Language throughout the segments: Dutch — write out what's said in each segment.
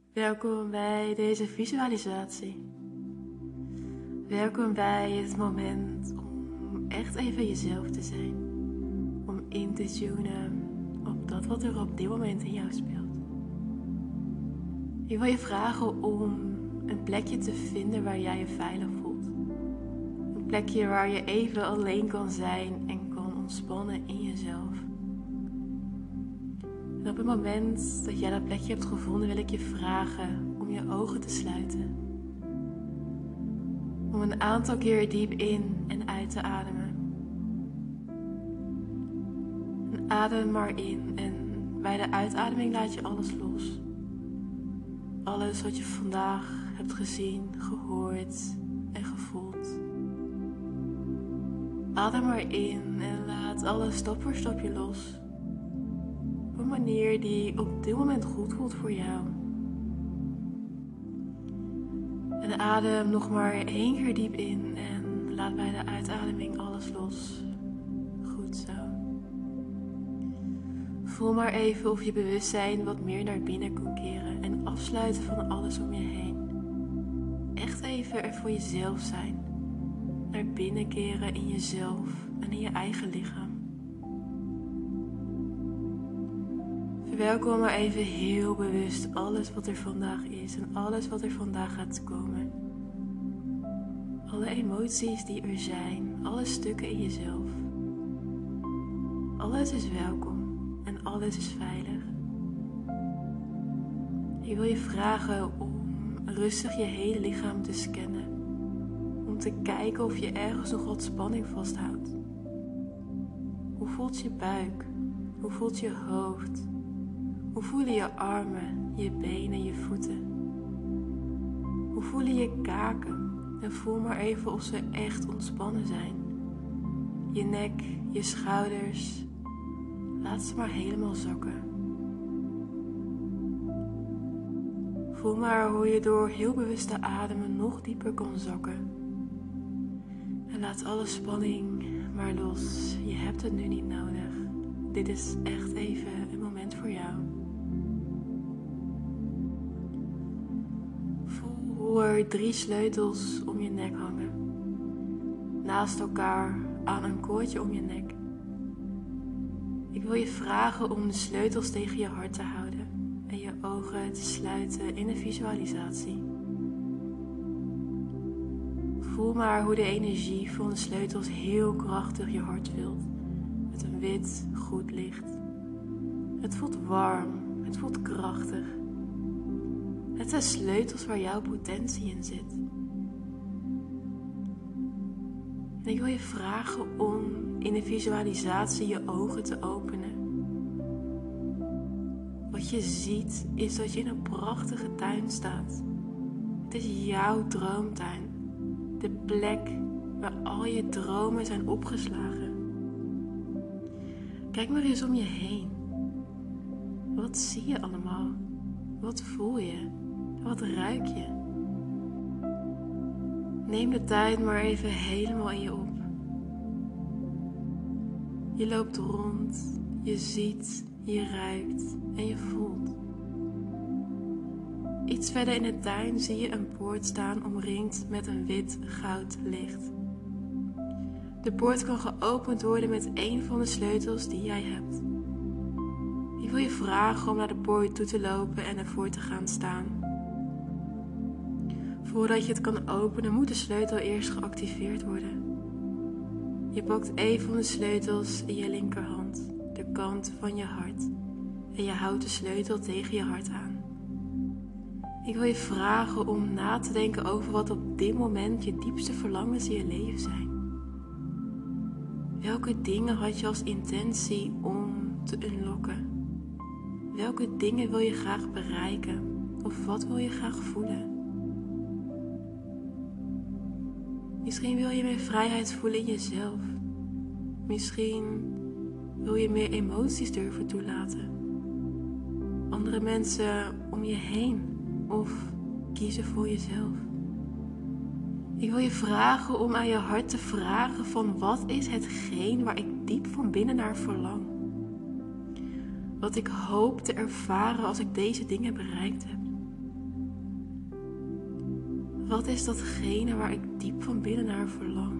Welkom bij deze visualisatie. Welkom bij het moment om echt even jezelf te zijn. Om in te tunen op dat wat er op dit moment in jou speelt. Ik wil je vragen om een plekje te vinden waar jij je veilig voelt. Een plekje waar je even alleen kan zijn en kan ontspannen in jezelf. En op het moment dat jij dat plekje hebt gevonden, wil ik je vragen om je ogen te sluiten. Om een aantal keer diep in en uit te ademen. En adem maar in en bij de uitademing laat je alles los. Alles wat je vandaag hebt gezien, gehoord en gevoeld. Adem maar in en laat alles stap voor stapje los. Op een manier die op dit moment goed voelt voor jou. En adem nog maar 1 keer diep in en laat bij de uitademing alles los. Goed zo. Voel maar even of je bewustzijn wat meer naar binnen kan keren en afsluiten van alles om je heen. Echt even er voor jezelf zijn. Naar binnen keren in jezelf en in je eigen lichaam. Verwelkom maar even heel bewust alles wat er vandaag is en alles wat er vandaag gaat komen. Alle emoties die er zijn, alle stukken in jezelf. Alles is welkom en alles is veilig. Ik wil je vragen om rustig je hele lichaam te scannen. Om te kijken of je ergens nog wat spanning vasthoudt. Hoe voelt je buik? Hoe voelt je hoofd? Hoe voelen je armen, je benen, je voeten? Hoe voelen je kaken? En voel maar even of ze echt ontspannen zijn. Je nek, je schouders. Laat ze maar helemaal zakken. Voel maar hoe je door heel bewust te ademen nog dieper kan zakken. En laat alle spanning maar los. Je hebt het nu niet nodig. Dit is echt even een moment voor jou. Voel hoe er 3 sleutels om je nek hangen. Naast elkaar aan een koordje om je nek. Ik wil je vragen om de sleutels tegen je hart te houden. En je ogen te sluiten in een visualisatie. Voel maar hoe de energie van de sleutels heel krachtig je hart vult. Met een wit, goed licht. Het voelt warm, het voelt krachtig. Het zijn sleutels waar jouw potentie in zit. En ik wil je vragen om in de visualisatie je ogen te openen. Wat je ziet is dat je in een prachtige tuin staat. Het is jouw droomtuin. De plek waar al je dromen zijn opgeslagen. Kijk maar eens om je heen. Wat zie je allemaal? Wat voel je? Wat ruik je? Neem de tijd maar even helemaal in je op. Je loopt rond, je ziet, je ruikt en je voelt. Iets verder in de tuin zie je een poort staan omringd met een wit-goud licht. De poort kan geopend worden met een van de sleutels die jij hebt. Ik wil je vragen om naar de poort toe te lopen en ervoor te gaan staan. Voordat je het kan openen moet de sleutel eerst geactiveerd worden. Je pakt een van de sleutels in je linkerhand, de kant van je hart, en je houdt de sleutel tegen je hart aan. Ik wil je vragen om na te denken over wat op dit moment je diepste verlangens in je leven zijn. Welke dingen had je als intentie om te unlocken? Welke dingen wil je graag bereiken? Of wat wil je graag voelen? Misschien wil je meer vrijheid voelen in jezelf. Misschien wil je meer emoties durven toelaten. Andere mensen om je heen. Of kiezen voor jezelf. Ik wil je vragen om aan je hart te vragen van wat is hetgeen waar ik diep van binnen naar verlang. Wat ik hoop te ervaren als ik deze dingen bereikt heb. Wat is datgene waar ik diep van binnen naar verlang?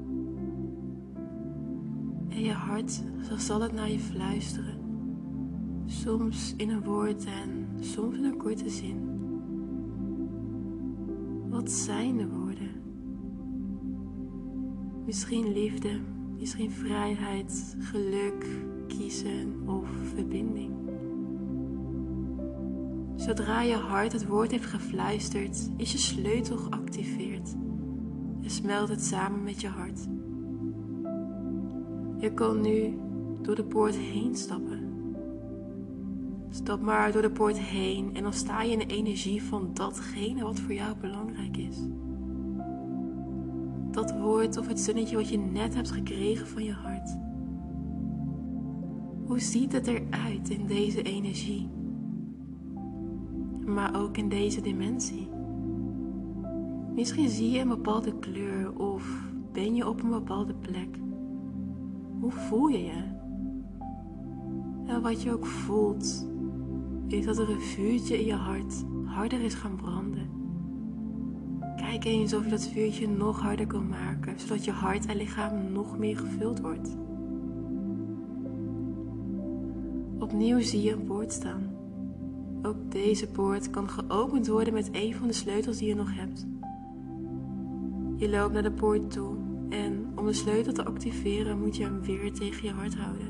En je hart zal het naar je fluisteren. Soms in een woord en soms in een korte zin. Wat zijn de woorden? Misschien liefde, misschien vrijheid, geluk, kiezen of verbinding. Zodra je hart het woord heeft gefluisterd, is je sleutel geactiveerd en smelt het samen met je hart. Je kan nu door de poort heen stappen. Stap maar door de poort heen en dan sta je in de energie van datgene wat voor jou belangrijk is. Dat woord of het zinnetje wat je net hebt gekregen van je hart. Hoe ziet het eruit in deze energie? Maar ook in deze dimensie. Misschien zie je een bepaalde kleur of ben je op een bepaalde plek. Hoe voel je je? En wat je ook voelt, is dat er een vuurtje in je hart harder is gaan branden. Kijk eens of je dat vuurtje nog harder kan maken, zodat je hart en lichaam nog meer gevuld wordt. Opnieuw zie je een poort staan. Ook deze poort kan geopend worden met een van de sleutels die je nog hebt. Je loopt naar de poort toe en om de sleutel te activeren moet je hem weer tegen je hart houden.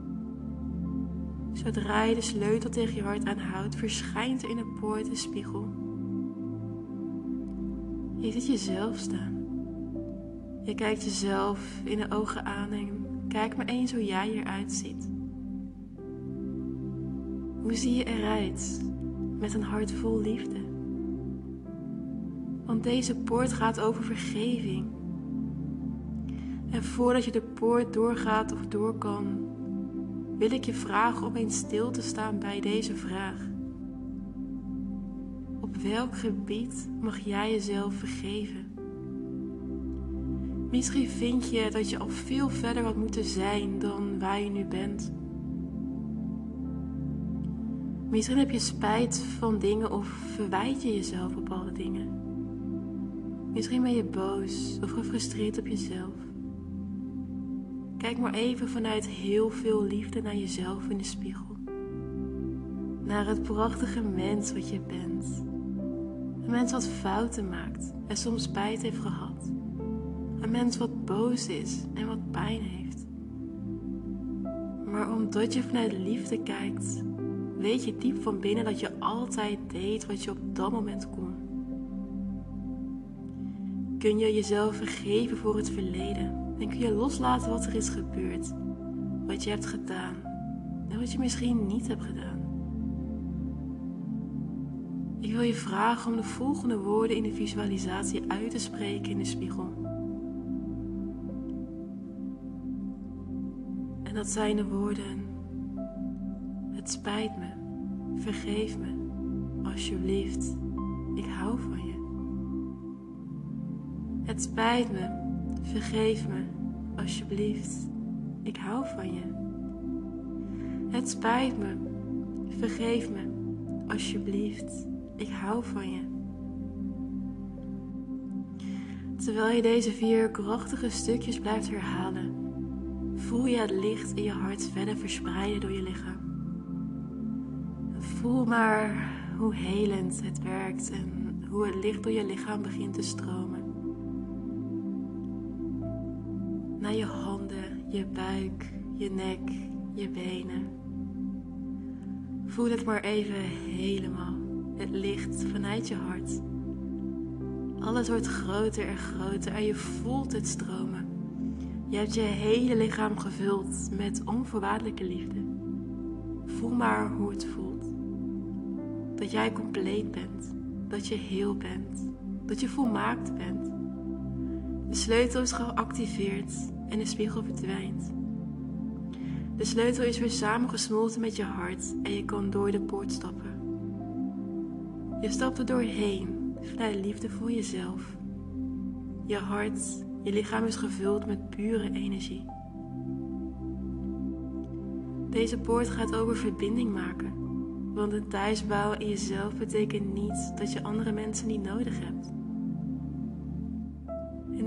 Zodra je de sleutel tegen je hart aanhoudt, verschijnt er in de poort een spiegel. Je ziet jezelf staan. Je kijkt jezelf in de ogen aan en kijk maar eens hoe jij eruit ziet. Hoe zie je eruit met een hart vol liefde? Want deze poort gaat over vergeving. En voordat je de poort doorgaat of door kan, wil ik je vragen om eens stil te staan bij deze vraag. Op welk gebied mag jij jezelf vergeven? Misschien vind je dat je al veel verder had moeten zijn dan waar je nu bent. Misschien heb je spijt van dingen of verwijt je jezelf bepaalde dingen. Misschien ben je boos of gefrustreerd op jezelf. Kijk maar even vanuit heel veel liefde naar jezelf in de spiegel. Naar het prachtige mens wat je bent. Een mens wat fouten maakt en soms spijt heeft gehad. Een mens wat boos is en wat pijn heeft. Maar omdat je vanuit liefde kijkt, weet je diep van binnen dat je altijd deed wat je op dat moment kon. Kun je jezelf vergeven voor het verleden en kun je loslaten wat er is gebeurd, wat je hebt gedaan en wat je misschien niet hebt gedaan. Ik wil je vragen om de volgende woorden in de visualisatie uit te spreken in de spiegel. En dat zijn de woorden: het spijt me, vergeef me, alsjeblieft, ik hou van je. Het spijt me, vergeef me, alsjeblieft, ik hou van je. Het spijt me, vergeef me, alsjeblieft, ik hou van je. Terwijl je deze 4 krachtige stukjes blijft herhalen, voel je het licht in je hart verder verspreiden door je lichaam. Voel maar hoe helend het werkt en hoe het licht door je lichaam begint te stromen. Naar je handen, je buik, je nek, je benen. Voel het maar even helemaal. Het licht vanuit je hart. Alles wordt groter en groter en je voelt het stromen. Je hebt je hele lichaam gevuld met onvoorwaardelijke liefde. Voel maar hoe het voelt. Dat jij compleet bent. Dat je heel bent. Dat je volmaakt bent. De sleutel is geactiveerd en de spiegel verdwijnt. De sleutel is weer samengesmolten met je hart en je kan door de poort stappen. Je stapt er doorheen, vanuit liefde voor jezelf. Je hart, je lichaam is gevuld met pure energie. Deze poort gaat over verbinding maken. Want een thuis bouwen in jezelf betekent niet dat je andere mensen niet nodig hebt.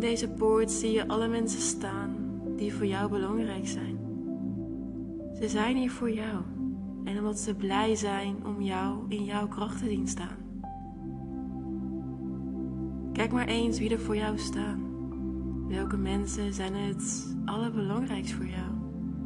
deze poort zie je alle mensen staan die voor jou belangrijk zijn. Ze zijn hier voor jou en omdat ze blij zijn om jou in jouw kracht te zien staan. Kijk maar eens wie er voor jou staan. Welke mensen zijn het allerbelangrijkst voor jou?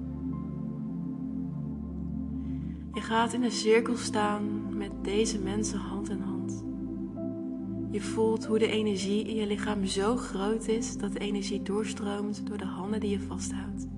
Je gaat in een cirkel staan met deze mensen hand in hand. Je voelt hoe de energie in je lichaam zo groot is dat de energie doorstroomt door de handen die je vasthoudt.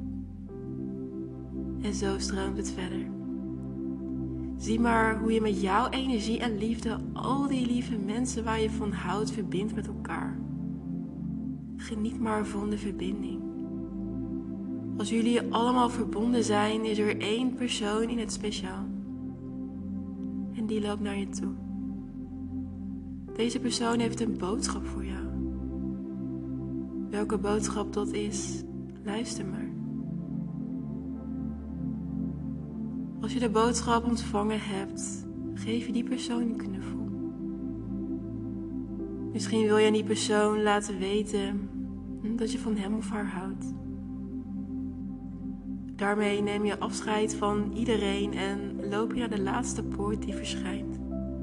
En zo stroomt het verder. Zie maar hoe je met jouw energie en liefde al die lieve mensen waar je van houdt verbindt met elkaar. Geniet maar van de verbinding. Als jullie allemaal verbonden zijn, is er één persoon in het speciaal. En die loopt naar je toe. Deze persoon heeft een boodschap voor jou. Welke boodschap dat is, luister maar. Als je de boodschap ontvangen hebt, geef je die persoon een knuffel. Misschien wil je aan die persoon laten weten dat je van hem of haar houdt. Daarmee neem je afscheid van iedereen en loop je naar de laatste poort die verschijnt.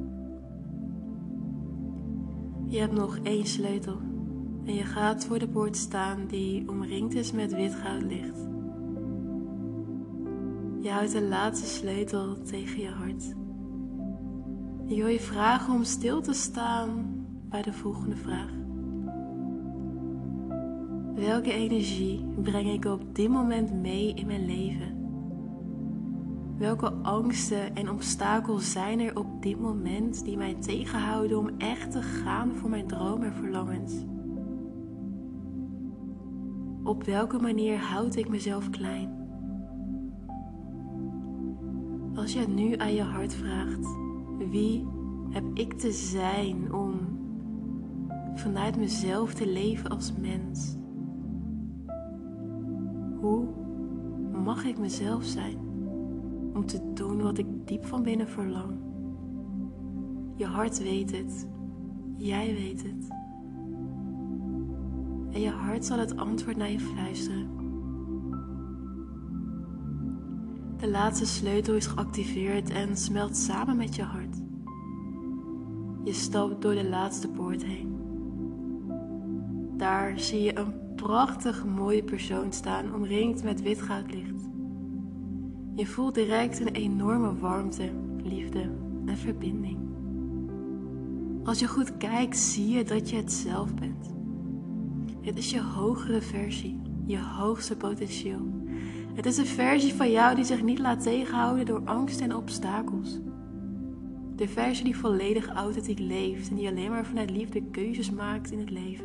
Je hebt nog 1 sleutel en je gaat voor de poort staan die omringd is met wit goudlicht. Je houdt de laatste sleutel tegen je hart. Ik wil je vragen om stil te staan bij de volgende vraag. Welke energie breng ik op dit moment mee in mijn leven? Welke angsten en obstakels zijn er op dit moment die mij tegenhouden om echt te gaan voor mijn dromen en verlangens? Op welke manier houd ik mezelf klein? Als je het nu aan je hart vraagt, wie heb ik te zijn om vanuit mezelf te leven als mens? Hoe mag ik mezelf zijn om te doen wat ik diep van binnen verlang? Je hart weet het, jij weet het. En je hart zal het antwoord naar je fluisteren. De laatste sleutel is geactiveerd en smelt samen met je hart. Je stapt door de laatste poort heen. Daar zie je een prachtig mooie persoon staan, omringd met wit goudlicht. Je voelt direct een enorme warmte, liefde en verbinding. Als je goed kijkt, zie je dat je het zelf bent. Het is je hogere versie, je hoogste potentieel. Het is een versie van jou die zich niet laat tegenhouden door angst en obstakels. De versie die volledig authentiek leeft en die alleen maar vanuit liefde keuzes maakt in het leven.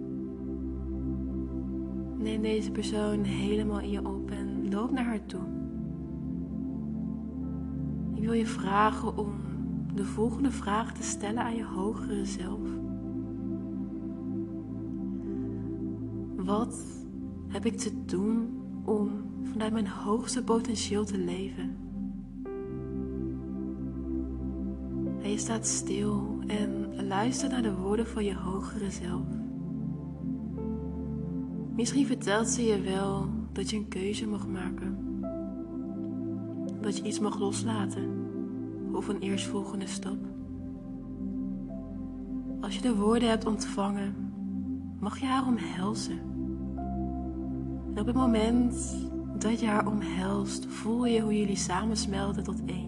Neem deze persoon helemaal in je op en loop naar haar toe. Ik wil je vragen om de volgende vraag te stellen aan je hogere zelf. Wat heb ik te doen om vanuit mijn hoogste potentieel te leven? En je staat stil en luistert naar de woorden van je hogere zelf. Misschien vertelt ze je wel dat je een keuze mag maken. Dat je iets mag loslaten of een eerstvolgende stap. Als je de woorden hebt ontvangen, mag je haar omhelzen. En op het moment dat je haar omhelst, voel je hoe jullie samensmelten tot één.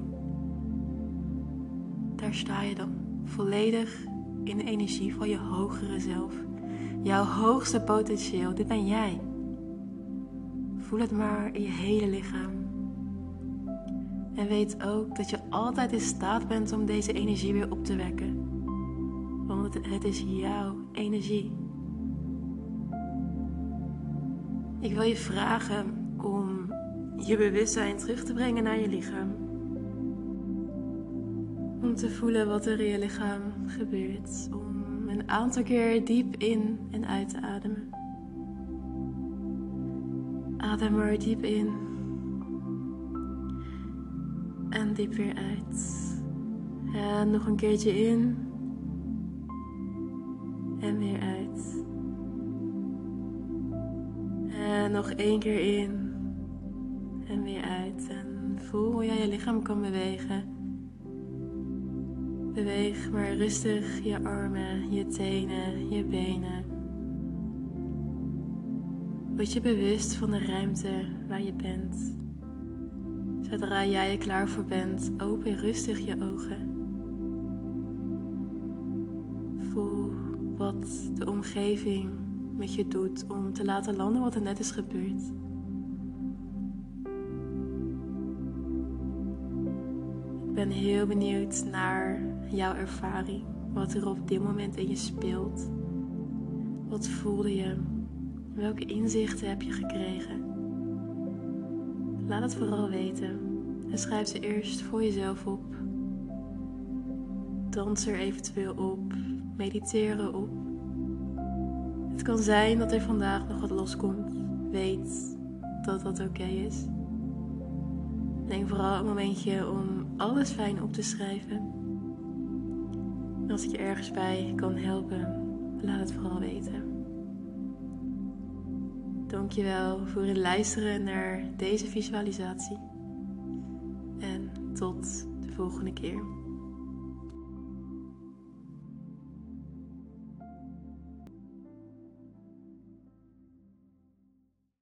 Daar sta je dan, volledig in de energie van je hogere zelf. Jouw hoogste potentieel, dit ben jij. Voel het maar in je hele lichaam. En weet ook dat je altijd in staat bent om deze energie weer op te wekken. Want het is jouw energie. Ik wil je vragen om je bewustzijn terug te brengen naar je lichaam. Om te voelen wat er in je lichaam gebeurt. Om een aantal keer diep in en uit te ademen. Adem maar diep in. En diep weer uit. En nog een keertje in. En weer uit. En nog 1 keer in. En weer uit. En voel hoe jij je lichaam kan bewegen. Beweeg maar rustig je armen, je tenen, je benen. Word je bewust van de ruimte waar je bent. Zodra jij er klaar voor bent, open rustig je ogen. Voel wat de omgeving met je doet om te laten landen wat er net is gebeurd. Ik ben heel benieuwd naar jouw ervaring, wat er op dit moment in je speelt. Wat voelde je? Welke inzichten heb je gekregen? Laat het vooral weten en schrijf ze eerst voor jezelf op. Dans er eventueel op, mediteer erop. Het kan zijn dat er vandaag nog wat loskomt. Weet dat dat oké is. Neem vooral een momentje om alles fijn op te schrijven. En als ik je ergens bij kan helpen, laat het vooral weten. Dankjewel voor het luisteren naar deze visualisatie. En tot de volgende keer.